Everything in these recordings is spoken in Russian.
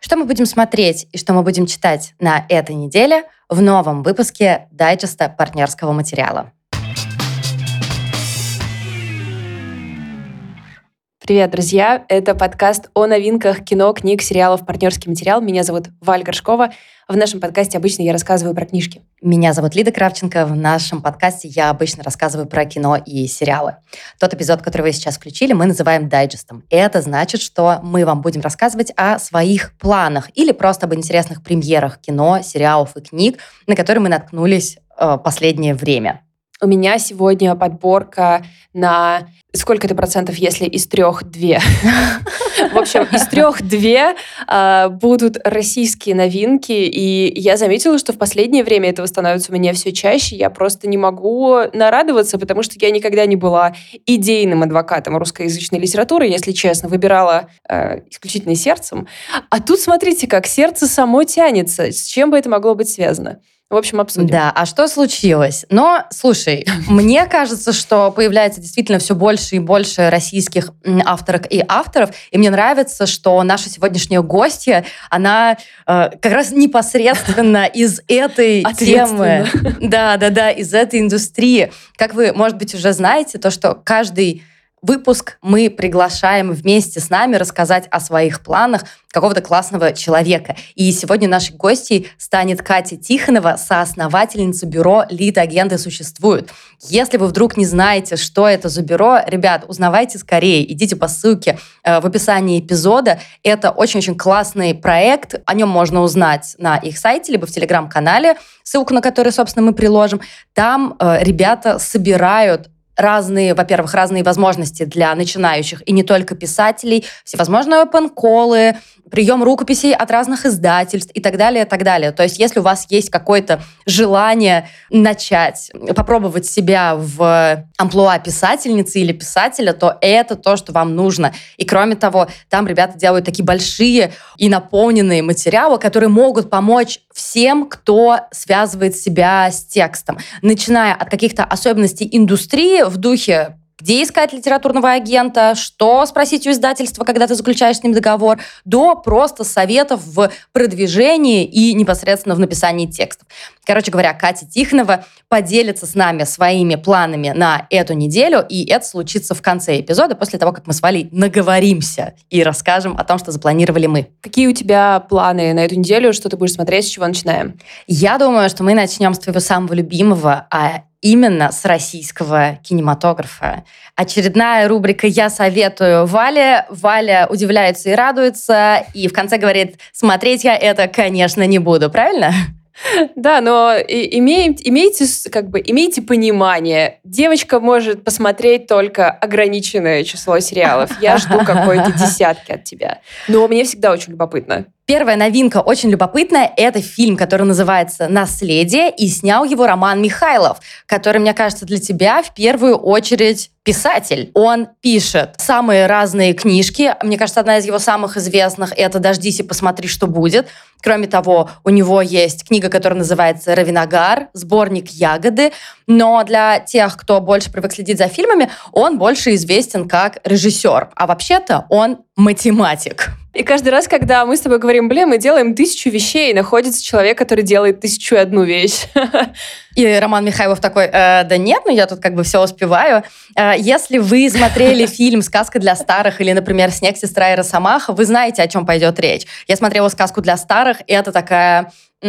Что мы будем смотреть и что мы будем читать на этой неделе в новом выпуске дайджеста партнерского материала. Привет, друзья! Это подкаст о новинках кино, книг, сериалов «Партнерский материал». Меня зовут Валя Горшкова. В нашем подкасте обычно я рассказываю про книжки. Меня зовут Лида Кравченко. В нашем подкасте я обычно рассказываю про кино и сериалы. Тот эпизод, который вы сейчас включили, мы называем дайджестом. Это значит, что мы вам будем рассказывать о своих планах или просто об интересных премьерах кино, сериалов и книг, на которые мы наткнулись последнее время. У меня сегодня подборка на... Сколько это процентов, если из 3 2? В общем, из 3 2 будут российские новинки, и я заметила, что в последнее время этого становится у меня все чаще. Я просто не могу нарадоваться, потому что я никогда не была идейным адвокатом русскоязычной литературы, если честно, выбирала исключительно сердцем. А тут, смотрите, как сердце само тянется. С чем бы это могло быть связано? В общем, обсудим. Да, а что случилось? Но, слушай, мне кажется, что появляется действительно все больше и больше российских авторок и авторов, и мне нравится, что наша сегодняшняя гостья, она как раз непосредственно из этой темы. Да, из этой индустрии. Как вы, может быть, уже знаете, то, что каждый выпуск мы приглашаем вместе с нами рассказать о своих планах какого-то классного человека. И сегодня нашей гостьей станет Катя Тихонова, соосновательница бюро «Лид-агенты существуют». Если вы вдруг не знаете, что это за бюро, ребят, узнавайте скорее, идите по ссылке в описании эпизода. Это очень-очень классный проект, о нем можно узнать на их сайте, либо в телеграм-канале, ссылку на который, собственно, мы приложим. Там ребята собирают разные возможности для начинающих, и не только писателей, всевозможные open-коллы, прием рукописей от разных издательств и так далее, и так далее. То есть если у вас есть какое-то желание начать, попробовать себя в амплуа писательницы или писателя, то это то, что вам нужно. И кроме того, там ребята делают такие большие и наполненные материалы, которые могут помочь всем, кто связывает себя с текстом. Начиная от каких-то особенностей индустрии в духе, где искать литературного агента, что спросить у издательства, когда ты заключаешь с ним договор, до просто советов в продвижении и непосредственно в написании текстов. Короче говоря, Катя Тихонова поделится с нами своими планами на эту неделю, и это случится в конце эпизода, после того, как мы с Валей наговоримся и расскажем о том, что запланировали мы. Какие у тебя планы на эту неделю? Что ты будешь смотреть? С чего начинаем? Я думаю, что мы начнем с твоего самого любимого, именно с российского кинематографа. Очередная рубрика «Я советую Вале». Валя удивляется и радуется, и в конце говорит: смотреть я это, конечно, не буду. Правильно? Да, но имейте понимание. Девочка может посмотреть только ограниченное число сериалов. Я жду какой-то десятки от тебя. Но мне всегда очень любопытно. Первая новинка очень любопытная. Это фильм, который называется «Наследие», и снял его Роман Михайлов, который, мне кажется, для тебя в первую очередь писатель. Он пишет самые разные книжки. Мне кажется, одна из его самых известных — это «Дождись и посмотри, что будет». Кроме того, у него есть книга, которая называется «Равинагар», сборник «Ягоды». Но для тех, кто больше привык следить за фильмами, он больше известен как режиссер. А вообще-то он математик. И каждый раз, когда мы с тобой говорим: мы делаем 1000 вещей, и находится человек, который делает 1001 вещь. И Роман Михайлов такой: да нет, я тут все успеваю. Если вы смотрели фильм «Сказка для старых» или, например, «Снег, сестра и Росомаха», вы знаете, о чем пойдет речь. Я смотрела «Сказку для старых», и это такая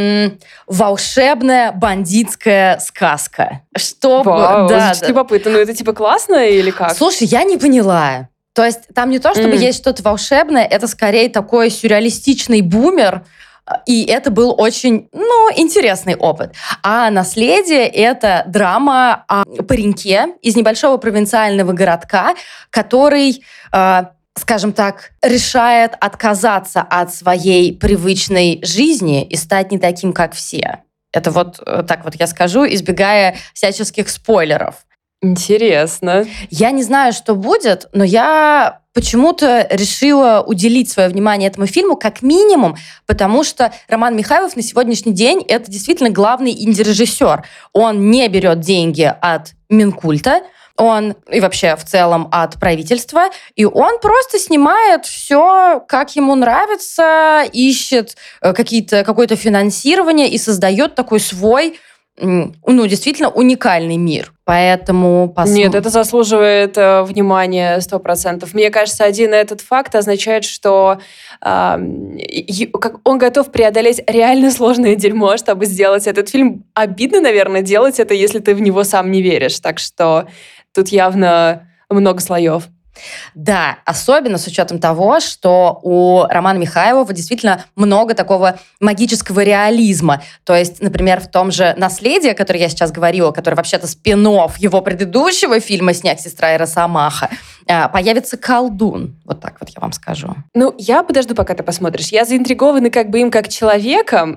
волшебная бандитская сказка. Вау, звучит любопытно. Ну это классно или как? Слушай, я не поняла. То есть там не то, чтобы есть что-то волшебное, это скорее такой сюрреалистичный бумер, и это был очень, интересный опыт. А «Наследие» — это драма о пареньке из небольшого провинциального городка, который, скажем так, решает отказаться от своей привычной жизни и стать не таким, как все. Это так я скажу, избегая всяческих спойлеров. Интересно. Я не знаю, что будет, но я почему-то решила уделить свое внимание этому фильму как минимум, потому что Роман Михайлов на сегодняшний день — это действительно главный инди-режиссер. Он не берет деньги от Минкульта, он и вообще в целом от правительства, и он просто снимает все, как ему нравится, ищет какое-то финансирование и создает такой свой, действительно уникальный мир. Поэтому Нет, это заслуживает внимания 100%. Мне кажется, один этот факт означает, что он готов преодолеть реально сложное дерьмо, чтобы сделать этот фильм. Обидно, наверное, делать это, если ты в него сам не веришь. Так что тут явно много слоев. Да, особенно с учетом того, что у Романа Михайлова действительно много такого магического реализма. То есть, например, в том же «Наследие», о котором я сейчас говорила, который вообще-то спин-офф его предыдущего фильма «Снег, сестра и Росомаха», появится колдун. Вот так вот я вам скажу. Я подожду, пока ты посмотришь. Я заинтригована им как человеком.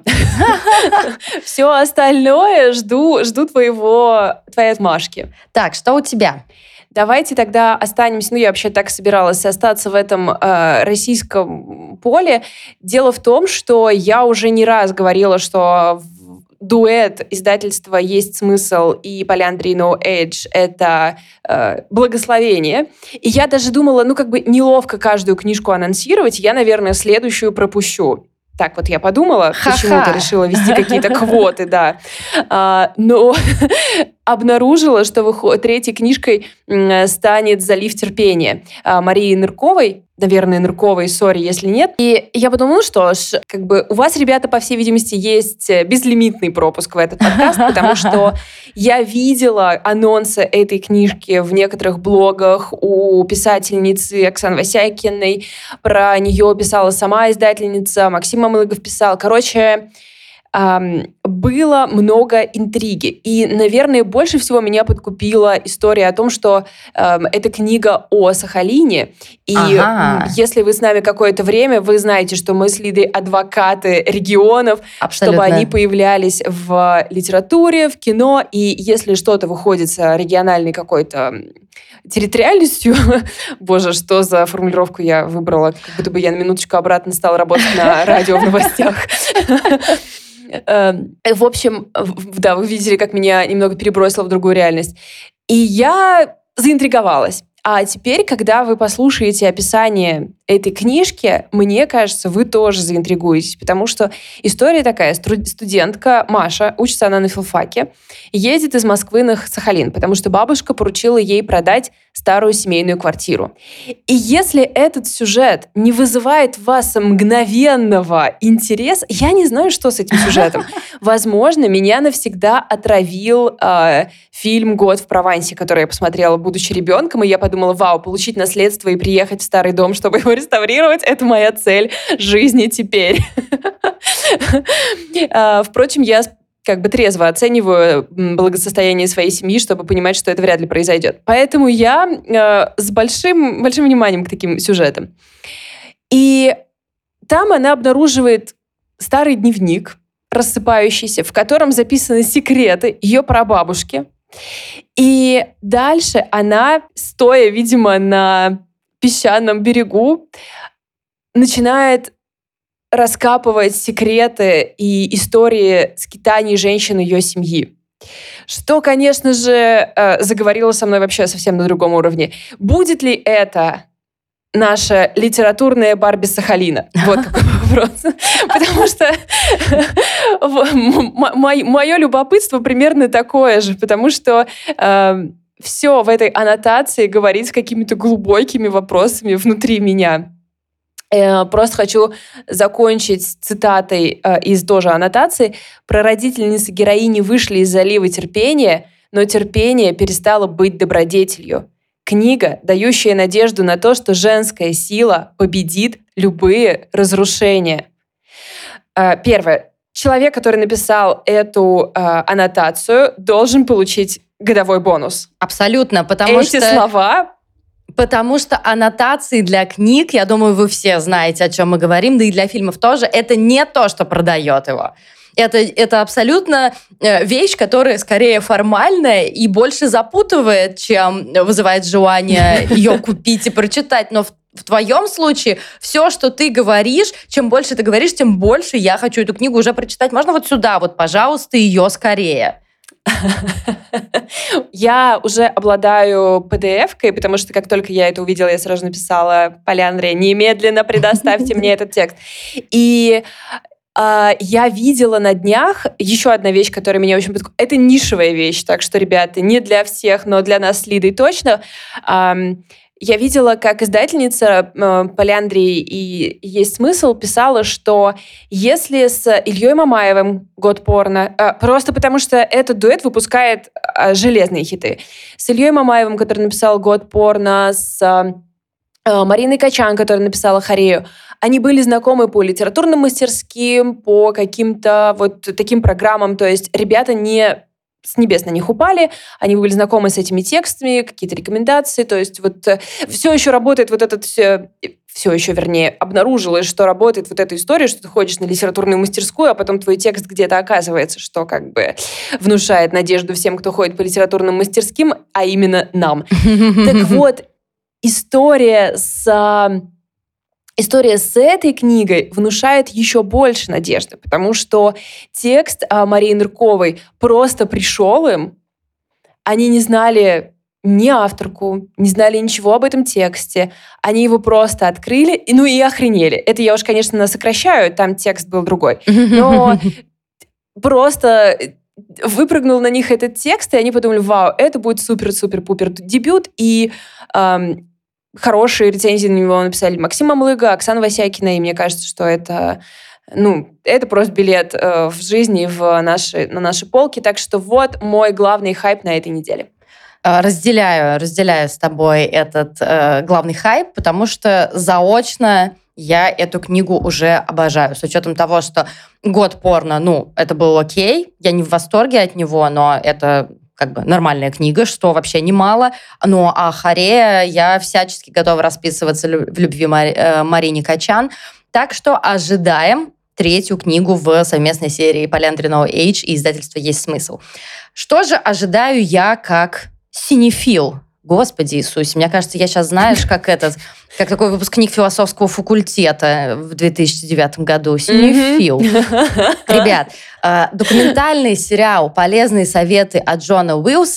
Все остальное жду твоей отмашки. Так, что у тебя? Давайте тогда останемся, я вообще так собиралась остаться в этом российском поле. Дело в том, что я уже не раз говорила, что дуэт издательства «Есть смысл» и Поляндрии No Age — это благословение. И я даже думала, неловко каждую книжку анонсировать, я, наверное, следующую пропущу. Так вот я подумала, почему-то решила вести какие-то квоты, да. Но обнаружила, что третьей книжкой станет «Залив терпения» Марии Нырковой. Наверное, Нырковой, сори, если нет. И я подумала, что ж, у вас, ребята, по всей видимости, есть безлимитный пропуск в этот подкаст, потому что я видела анонсы этой книжки в некоторых блогах у писательницы Оксаны Васякиной. Про нее писала сама издательница, Максим Мамлыгов писал. Короче, было много интриги. И, наверное, больше всего меня подкупила история о том, что это книга о Сахалине. И если вы с нами какое-то время, вы знаете, что мы с Лидой адвокаты регионов, абсолютно, чтобы они появлялись в литературе, в кино. И если что-то выходит с региональной какой-то территориальностью, боже, что за формулировку я выбрала, как будто бы я на минуточку обратно стала работать на радио в новостях. В общем, да, вы видели, как меня немного перебросило в другую реальность. И я заинтриговалась. А теперь, когда вы послушаете описание этой книжки, мне кажется, вы тоже заинтригуетесь, потому что история такая. Студентка Маша, учится она на филфаке, едет из Москвы на Сахалин, потому что бабушка поручила ей продать старую семейную квартиру. И если этот сюжет не вызывает в вас мгновенного интереса, я не знаю, что с этим сюжетом. Возможно, меня навсегда отравил фильм «Год в Провансе», который я посмотрела, будучи ребенком, и я подумала, вау, получить наследство и приехать в старый дом, чтобы его реставрировать, это моя цель жизни теперь. Впрочем, я трезво оцениваю благосостояние своей семьи, чтобы понимать, что это вряд ли произойдет. Поэтому я с большим вниманием к таким сюжетам. И там она обнаруживает старый дневник, рассыпающийся, в котором записаны секреты ее прабабушки. И дальше она, стоя, видимо, на песчаном берегу, начинает раскапывать секреты и истории скитаний женщин ее семьи. Что, конечно же, заговорило со мной вообще совсем на другом уровне. Будет ли это наша литературная Барби Сахалина? Вот какой вопрос. Потому что мое любопытство примерно такое же, потому что все в этой аннотации говорит с какими-то глубокими вопросами внутри меня. Просто хочу закончить цитатой из тоже аннотации. Прародительницы героини вышли из залива терпения, но терпение перестало быть добродетелью. Книга, дающая надежду на то, что женская сила победит любые разрушения. Первое. Человек, который написал эту аннотацию, должен получить годовой бонус. Абсолютно, потому что... Эти слова... Потому что аннотации для книг, я думаю, вы все знаете, о чем мы говорим, да и для фильмов тоже, это не то, что продает его. Это абсолютно вещь, которая скорее формальная и больше запутывает, чем вызывает желание ее купить и прочитать. Но в твоем случае все, что ты говоришь, чем больше ты говоришь, тем больше я хочу эту книгу уже прочитать. Можно вот сюда, вот, пожалуйста, ее скорее. Я уже обладаю PDF-кой, потому что как только я это увидела, я сразу написала: Поляндрия, немедленно предоставьте мне этот текст. И я видела на днях еще одна вещь, которая меня очень подкупила. Это нишевая вещь, так что, ребята, не для всех, но для нас с Лидой точно. Я видела, как издательница Поляндрии и «Есть смысл» писала, что если с Ильей Мамаевым «Год порно», просто потому что этот дуэт выпускает железные хиты, с Ильей Мамаевым, который написал «Год порно», с Мариной Качан, которая написала «Хорею», они были знакомы по литературным мастерским, по каким-то вот таким программам, то есть ребята не с небес на них упали, они были знакомы с этими текстами, какие-то рекомендации, то есть вот все еще работает вот этот, все еще, вернее, обнаружилось, что работает вот эта история, что ты ходишь на литературную мастерскую, а потом твой текст где-то оказывается, что как бы внушает надежду всем, кто ходит по литературным мастерским, а именно нам. Так вот, история с этой книгой внушает еще больше надежды, потому что текст Марии Нырковой просто пришел им. Они не знали ни авторку, не знали ничего об этом тексте. Они его просто открыли, и охренели. Это я уж, конечно, сокращаю, там текст был другой. Но просто выпрыгнул на них этот текст, и они подумали: вау, это будет супер-супер-пупер дебют, и хорошие рецензии на него написали Максим Мамлыга, Оксана Васякина, и мне кажется, что это просто билет в жизни на наши полки. Так что вот мой главный хайп на этой неделе. Разделяю с тобой этот главный хайп, потому что заочно я эту книгу уже обожаю. С учетом того, что «Год порно», это был окей, я не в восторге от него, но это как бы нормальная книга, что вообще немало. А «Хорея» я всячески готова расписываться в любви Марине Качан. Так что ожидаем третью книгу в совместной серии Поляндрия No Age и издательства «Есть смысл». Что же ожидаю я как синефил? Господи Иисусе, мне кажется, я сейчас, знаешь, как такой выпускник философского факультета в 2009 году. Синефил. Ребят, документальный сериал «Полезные советы» от Джона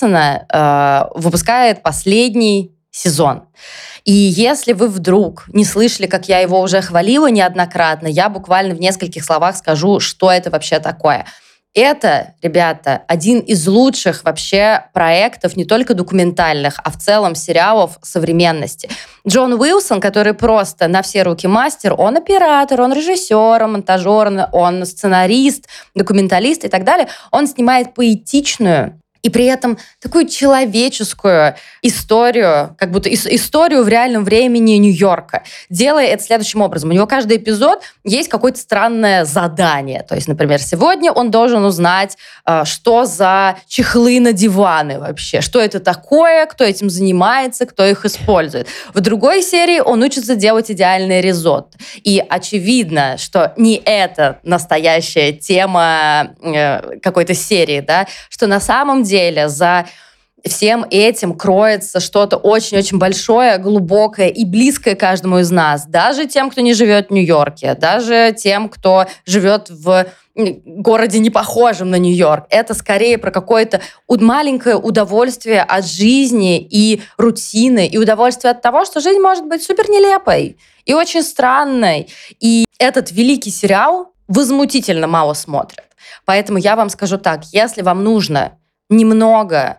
Уилсона выпускает последний сезон. И если вы вдруг не слышали, как я его уже хвалила неоднократно, я буквально в нескольких словах скажу, что это вообще такое. Это, ребята, один из лучших вообще проектов, не только документальных, а в целом сериалов современности. Джон Уилсон, который просто на все руки мастер, он оператор, он режиссер, он монтажер, он сценарист, документалист и так далее. Он снимает поэтичную и при этом такую человеческую историю, как будто историю в реальном времени Нью-Йорка, делая это следующим образом. У него каждый эпизод есть какое-то странное задание. То есть, например, сегодня он должен узнать, что за чехлы на диваны вообще, что это такое, кто этим занимается, кто их использует. В другой серии он учится делать идеальный ризотто. И очевидно, что не это настоящая тема какой-то серии, да, что на самом деле за всем этим кроется что-то очень-очень большое, глубокое и близкое каждому из нас. Даже тем, кто не живет в Нью-Йорке, даже тем, кто живет в городе, не похожем на Нью-Йорк. Это скорее про какое-то маленькое удовольствие от жизни и рутины, и удовольствие от того, что жизнь может быть супер нелепой и очень странной. И этот великий сериал возмутительно мало смотрят. Поэтому я вам скажу так, если вам нужно немного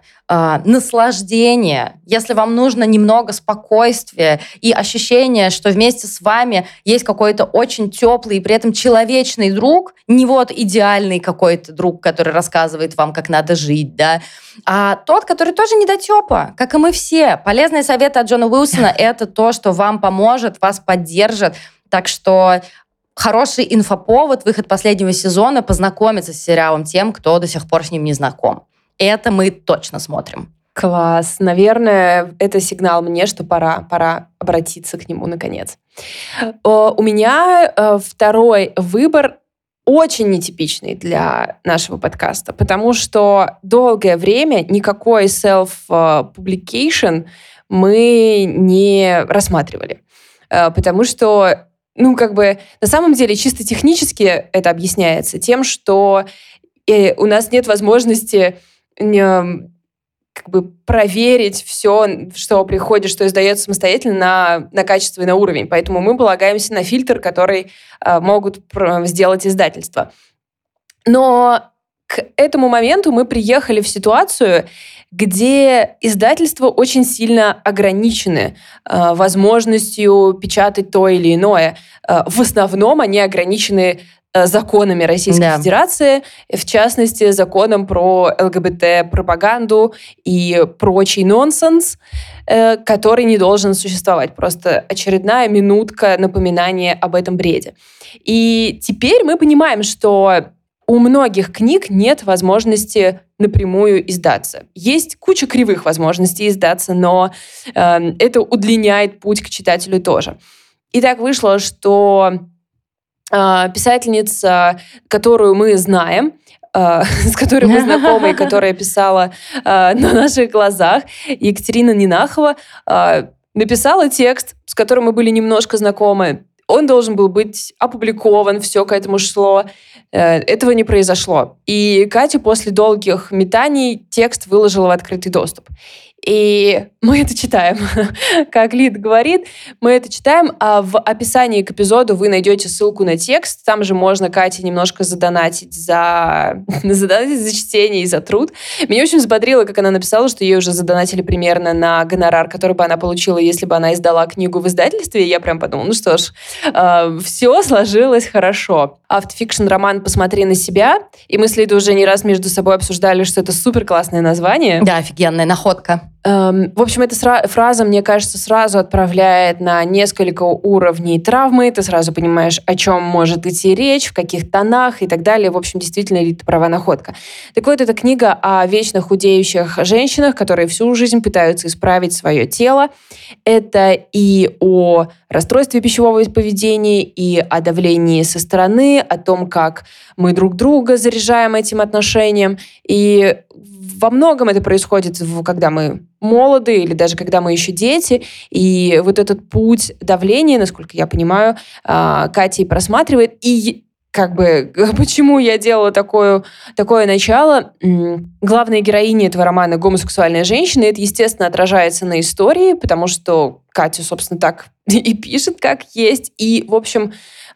наслаждения, если вам нужно немного спокойствия и ощущения, что вместе с вами есть какой-то очень теплый и при этом человечный друг, не вот идеальный какой-то друг, который рассказывает вам, как надо жить, да, а тот, который тоже недотепа, как и мы все. Полезные советы от Джона Уилсона — это то, что вам поможет, вас поддержит. Так что хороший инфоповод, выход последнего сезона, познакомиться с сериалом тем, кто до сих пор с ним не знаком. Это мы точно смотрим. Класс. Наверное, это сигнал мне, что пора обратиться к нему наконец. У меня второй выбор очень нетипичный для нашего подкаста, потому что долгое время никакой self-publication мы не рассматривали. Потому что, на самом деле, чисто технически это объясняется тем, что у нас нет возможности как бы проверить все, что приходит, что издается самостоятельно на качественный уровень. Поэтому мы полагаемся на фильтр, который могут сделать издательства. Но к этому моменту мы приехали в ситуацию, где издательства очень сильно ограничены возможностью печатать то или иное. В основном они ограничены законами Российской Федерации, в частности, законом про ЛГБТ-пропаганду и прочий нонсенс, который не должен существовать. Просто очередная минутка напоминания об этом бреде. И теперь мы понимаем, что у многих книг нет возможности напрямую издаться. Есть куча кривых возможностей издаться, но это удлиняет путь к читателю тоже. И так вышло, что писательница, которую мы знаем, с которой мы знакомы, и которая писала на наших глазах, Екатерина Нинахова, написала текст, с которым мы были немножко знакомы. Он должен был быть опубликован, все к этому шло. Этого не произошло. И Катя после долгих метаний текст выложила в открытый доступ. И мы это читаем. Как Лид говорит, мы это читаем, а в описании к эпизоду вы найдете ссылку на текст. Там же можно Кате немножко задонатить за чтение и за труд. Меня очень взбодрило, как она написала, что ей уже задонатили примерно на гонорар, который бы она получила, если бы она издала книгу в издательстве. И я прям подумала, ну что ж, все сложилось хорошо. Автофикшн-роман «Посмотри на себя». И мы с Лидой уже не раз между собой обсуждали, что это супер классное название. Да, офигенная находка. В общем, эта фраза, мне кажется, сразу отправляет на несколько уровней травмы. Ты сразу понимаешь, о чем может идти речь, в каких тонах и так далее. В общем, действительно, Лида права, находка. Так вот, это книга о вечно худеющих женщинах, которые всю жизнь пытаются исправить свое тело. Это и о расстройстве пищевого поведения, и о давлении со стороны, о том, как мы друг друга заряжаем этим отношением. И во многом это происходит, когда мы молоды или даже когда мы еще дети. И вот этот путь давления, насколько я понимаю, Катя и просматривает. И как бы почему я делала такое начало? Главная героиня этого романа — гомосексуальная женщина. И это, естественно, отражается на истории, потому что Катя, собственно, так и пишет, как есть. И, в общем,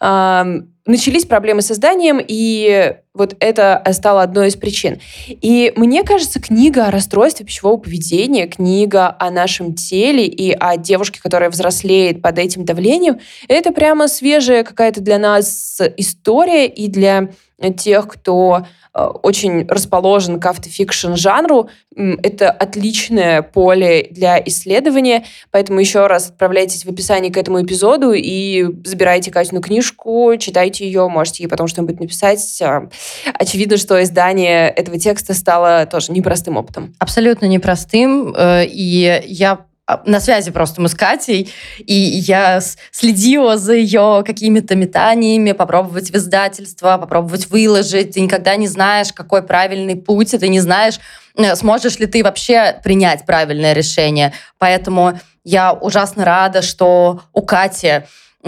начались проблемы с изданием, и вот это стало одной из причин. И мне кажется, книга о расстройстве пищевого поведения, книга о нашем теле и о девушке, которая взрослеет под этим давлением, это прямо свежая какая-то для нас история, и для тех, кто очень расположен к автофикшн-жанру, это отличное поле для исследования, поэтому еще раз отправляйтесь в описание к этому эпизоду и забирайте Катину книжку, читайте ее, можете ей потом что-нибудь написать. Очевидно, что издание этого текста стало тоже непростым опытом. Абсолютно непростым, и я на связи просто мы с Катей, и я следила за ее какими-то метаниями, попробовать в издательство, попробовать выложить. Ты никогда не знаешь, какой правильный путь, и ты не знаешь, сможешь ли ты вообще принять правильное решение. Поэтому я ужасно рада, что у Кати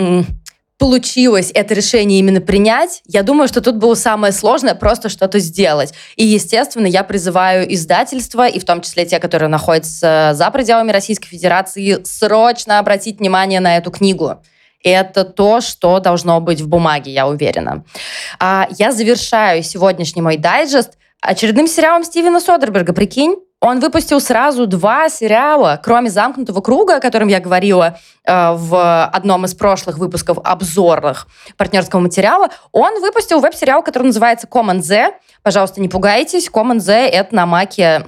получилось это решение именно принять. Я думаю, что тут было самое сложное — просто что-то сделать. И, естественно, я призываю издательства, и в том числе те, которые находятся за пределами Российской Федерации, срочно обратить внимание на эту книгу. Это то, что должно быть в бумаге, я уверена. Я завершаю сегодняшний мой дайджест очередным сериалом Стивена Содерберга. Прикинь, он выпустил сразу 2 сериала, кроме «Замкнутого круга», о котором я говорила в одном из прошлых выпусков обзорных партнерского материала. Он выпустил веб-сериал, который называется Command Z. Пожалуйста, не пугайтесь. Command Z — это на Маке...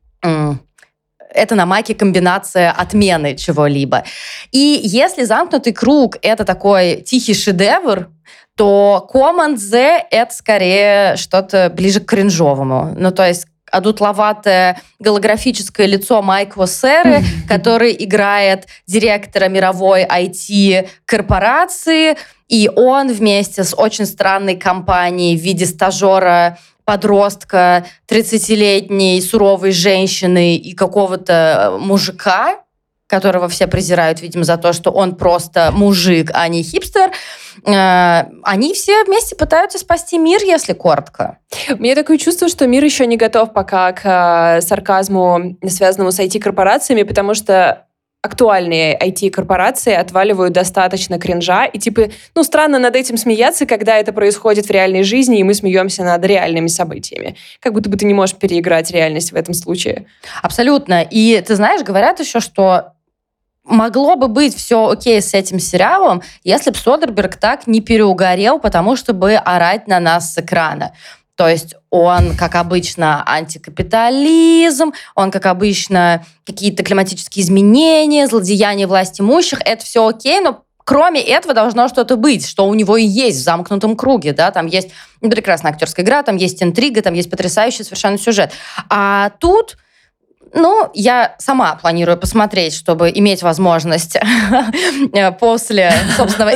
Это на Маке комбинация отмены чего-либо. И если «Замкнутый круг» — это такой тихий шедевр, то Command Z — это скорее что-то ближе к кринжовому. Ну, то есть одутловатое голографическое лицо Майкла Серы, который играет директора мировой IT-корпорации, и он вместе с очень странной компанией в виде стажера-подростка, 30-летней суровой женщины и какого-то мужика, которого все презирают, видимо, за то, что он просто мужик, а не хипстер, они все вместе пытаются спасти мир, если коротко. У меня такое чувство, что мир еще не готов пока к сарказму, связанному с IT-корпорациями, потому что актуальные IT-корпорации отваливают достаточно кринжа, и странно над этим смеяться, когда это происходит в реальной жизни, и мы смеемся над реальными событиями. Как будто бы ты не можешь переиграть реальность в этом случае. Абсолютно. И ты знаешь, говорят еще, что могло бы быть все окей с этим сериалом, если бы Содерберг так не переугорел, потому что бы орать на нас с экрана. То есть он, как обычно, антикапитализм, он, как обычно, какие-то климатические изменения, злодеяния власть имущих. Это все окей, но кроме этого должно что-то быть, что у него и есть в «Замкнутом круге». Да? Там есть прекрасная актерская игра, там есть интрига, там есть потрясающий совершенно сюжет. А тут... я сама планирую посмотреть, чтобы иметь возможность после, собственного,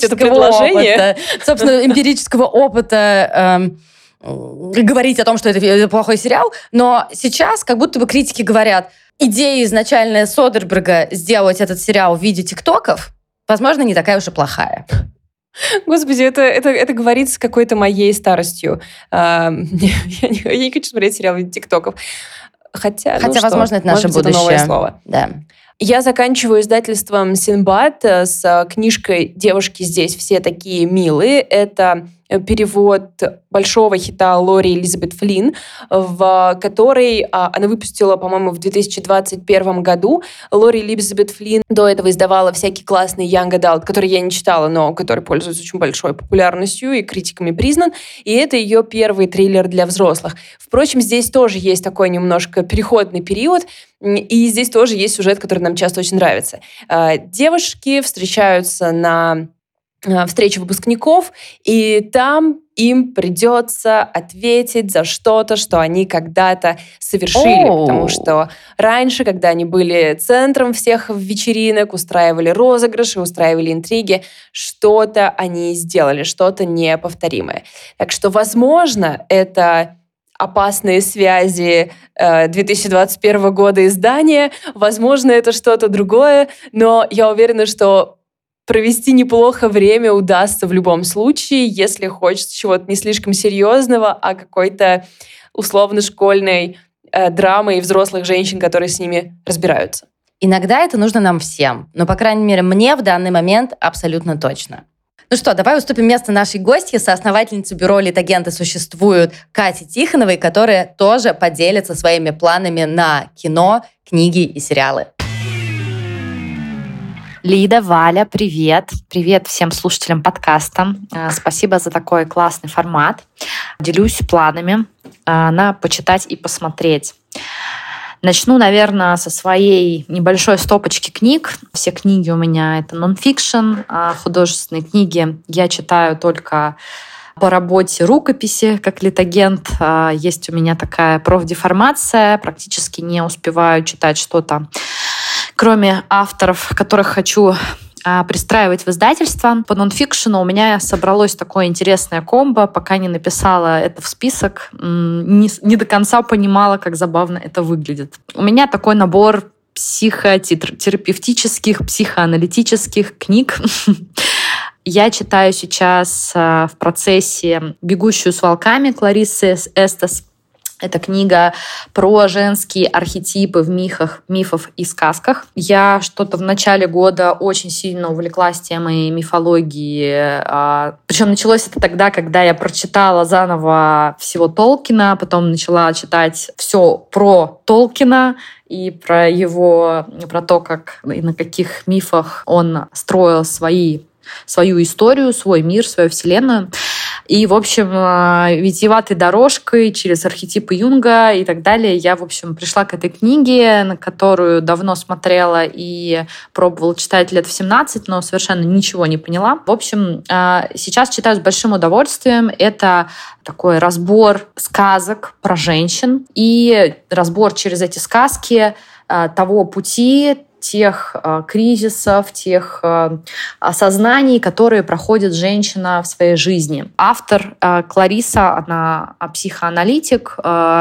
эмпирического опыта говорить о том, что это плохой сериал. Но сейчас как будто бы критики говорят, идея изначальная Содерберга сделать этот сериал в виде тиктоков, возможно, не такая уж и плохая. Господи, это говорится с какой-то моей старостью. Я не хочу смотреть сериал в виде тиктоков. Хотя возможно, это наше будущее. Это новое слово. Да. Я заканчиваю издательством «Синбад» с книжкой «Девушки здесь все такие милые». Это перевод большого хита Лори Элизабет Флинн, в которой она выпустила, по-моему, в 2021 году. Лори Элизабет Флинн до этого издавала всякий классный young adult, который я не читала, но который пользуется очень большой популярностью и критиками признан. И это ее первый триллер для взрослых. Впрочем, здесь тоже есть такой немножко переходный период, и здесь тоже есть сюжет, который нам часто очень нравится. Девушки встречаются на встрече выпускников, и там им придется ответить за что-то, что они когда-то совершили. Потому что раньше, когда они были центром всех вечеринок, устраивали розыгрыши, устраивали интриги, что-то они сделали, что-то неповторимое. Так что, возможно, это «Опасные связи» 2021 года издания, возможно, это что-то другое, но я уверена, что провести неплохо время удастся в любом случае, если хочется чего-то не слишком серьезного, а какой-то условно-школьной драмы и взрослых женщин, которые с ними разбираются. Иногда это нужно нам всем, но, по крайней мере, мне в данный момент абсолютно точно. Ну что, давай уступим место нашей гостье, соосновательнице бюро «Литагенты существуют» Кате Тихоновой, которая тоже поделится своими планами на кино, книги и сериалы. Лида, Валя, привет. Привет всем слушателям подкаста. Спасибо за такой классный формат. Делюсь планами на почитать и посмотреть. Начну, наверное, со своей небольшой стопочки книг. Все книги у меня — это нон-фикшн, художественные книги я читаю только по работе рукописи, как литагент. Есть у меня такая профдеформация, практически не успеваю читать что-то, кроме авторов, которых хочу пристраивать в издательство. По нонфикшену у меня собралось такое интересное комбо, пока не написала это в список, не до конца понимала, как забавно это выглядит. У меня такой набор психотерапевтических, психоаналитических книг. Я читаю сейчас в процессе «Бегущую с волками» Клариссы Эстес. Это книга про женские архетипы в мифах и сказках. Я что-то в начале года очень сильно увлеклась темой мифологии. Причем началось это тогда, когда я прочитала заново всего Толкина, потом начала читать все про Толкина и про то, как и на каких мифах он строил свою историю, свой мир, свою вселенную. И, в общем, витиеватой дорожкой через архетипы Юнга и так далее я, в общем, пришла к этой книге, на которую давно смотрела и пробовала читать лет в 17, но совершенно ничего не поняла. В общем, сейчас читаю с большим удовольствием. Это такой разбор сказок про женщин и разбор через эти сказки того пути, тех кризисов, тех осознаний, которые проходит женщина в своей жизни. Автор Клариса, она психоаналитик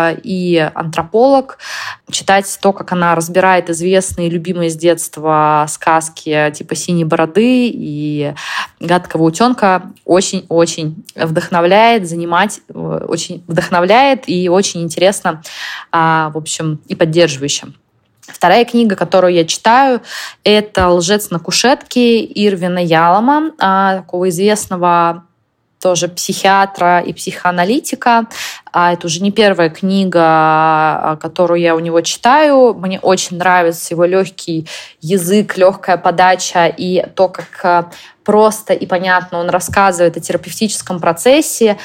и антрополог. Читать то, как она разбирает известные, любимые с детства сказки типа «Синей бороды» и «Гадкого утенка», очень-очень вдохновляет, очень вдохновляет и очень интересно, в общем, и поддерживающе. Вторая книга, которую я читаю, это «Лжец на кушетке» Ирвина Ялома, такого известного тоже психиатра и психоаналитика. Это уже не первая книга, которую я у него читаю. Мне очень нравится его легкий язык, легкая подача и то, как просто и понятно он рассказывает о терапевтическом процессе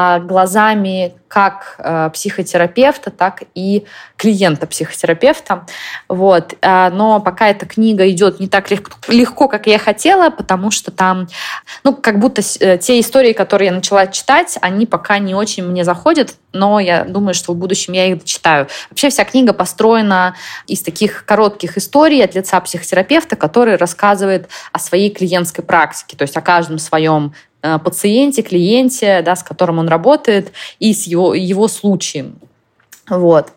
глазами как психотерапевта, так и клиента-психотерапевта. Вот. Но пока эта книга идет не так легко, как я хотела, потому что там, как будто те истории, которые я начала читать, они пока не очень мне заходят, но я думаю, что в будущем я их дочитаю. Вообще вся книга построена из таких коротких историй от лица психотерапевта, который рассказывает о своей клиентской практике, то есть о каждом своем пациенте, клиенте, да, с которым он работает, и с его случаем. Вот.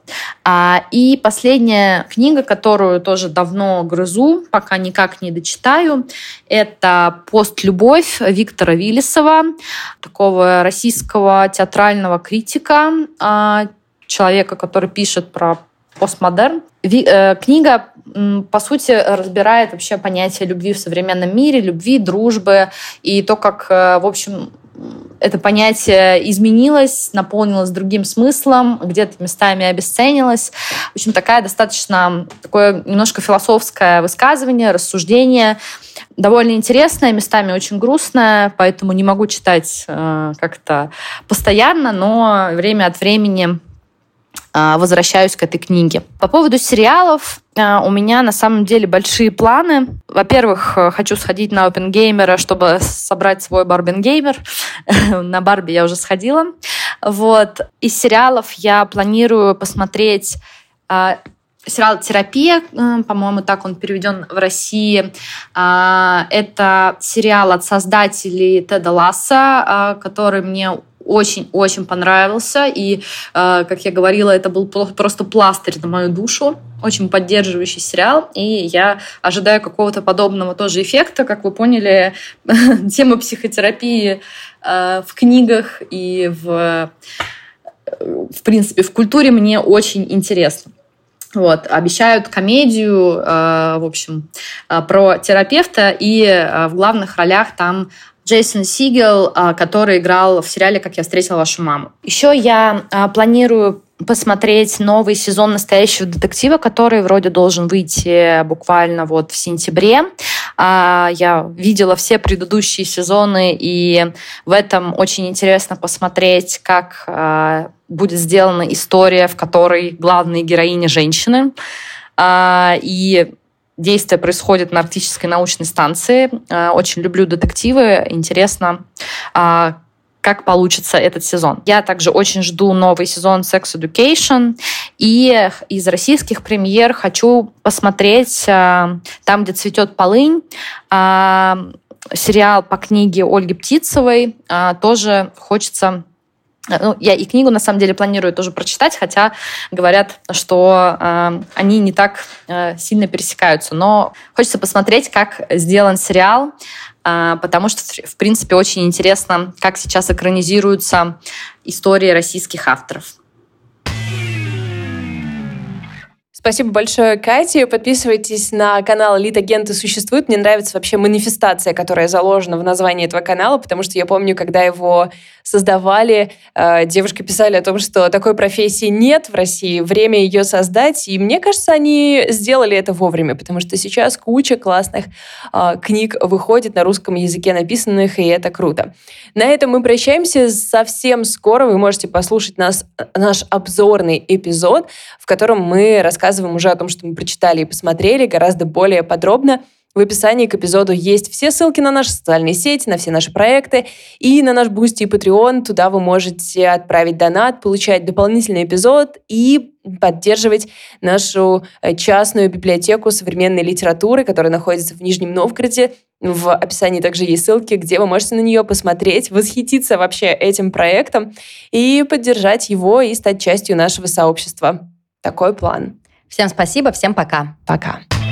И последняя книга, которую тоже давно грызу, пока никак не дочитаю, это «Постлюбовь» Виктора Виллисова, такого российского театрального критика, человека, который пишет про постмодерн. Книга, по сути, разбирает вообще понятие любви в современном мире, любви, дружбы, и то, как, в общем, это понятие изменилось, наполнилось другим смыслом, где-то местами обесценилось. В общем, такое немножко философское высказывание, рассуждение, довольно интересное, местами очень грустное, поэтому не могу читать как-то постоянно, но время от времени возвращаюсь к этой книге. По поводу сериалов у меня на самом деле большие планы. Во-первых, хочу сходить на OpenGamer, чтобы собрать свой Барбенгеймер. На Барби я уже сходила. Вот. Из сериалов я планирую посмотреть сериал «Терапия», по-моему, так он переведен в России. Это сериал от создателей Теда Ласса, который мне очень-очень понравился. И, как я говорила, это был просто пластырь на мою душу. Очень поддерживающий сериал. И я ожидаю какого-то подобного тоже эффекта. Как вы поняли, тема психотерапии в книгах и в принципе, в культуре мне очень интересна. Вот, обещают комедию, в общем, про терапевта, и в главных ролях там Джейсон Сигел, который играл в сериале «Как я встретила вашу маму». Еще я планирую посмотреть новый сезон «Настоящего детектива», который вроде должен выйти буквально в сентябре. Я видела все предыдущие сезоны, и в этом очень интересно посмотреть, как будет сделана история, в которой главные героини женщины. И действие происходит на Арктической научной станции. Очень люблю детективы. Интересно, как получится этот сезон. Я также очень жду новый сезон Sex Education. И из российских премьер хочу посмотреть «Там, где цветет полынь», сериал по книге Ольги Птицевой. Тоже хочется... я и книгу, на самом деле, планирую тоже прочитать, хотя говорят, что они не так сильно пересекаются. Но хочется посмотреть, как сделан сериал, потому что, в принципе, очень интересно, как сейчас экранизируются истории российских авторов. Спасибо большое, Кате. Подписывайтесь на канал «Лид-агенты существуют». Мне нравится вообще манифестация, которая заложена в названии этого канала, потому что я помню, когда его создавали, девушки писали о том, что такой профессии нет в России, время ее создать, и мне кажется, они сделали это вовремя, потому что сейчас куча классных книг выходит на русском языке написанных, и это круто. На этом мы прощаемся. Совсем скоро вы можете послушать наш обзорный эпизод, в котором мы рассказываем уже о том, что мы прочитали и посмотрели, гораздо более подробно. В описании к эпизоду есть все ссылки на наши социальные сети, на все наши проекты и на наш Boosty и Patreon. Туда вы можете отправить донат, получать дополнительный эпизод и поддерживать нашу частную библиотеку современной литературы, которая находится в Нижнем Новгороде. В описании также есть ссылки, где вы можете на нее посмотреть, восхититься вообще этим проектом и поддержать его и стать частью нашего сообщества. Такой план. Всем спасибо, всем пока. Пока.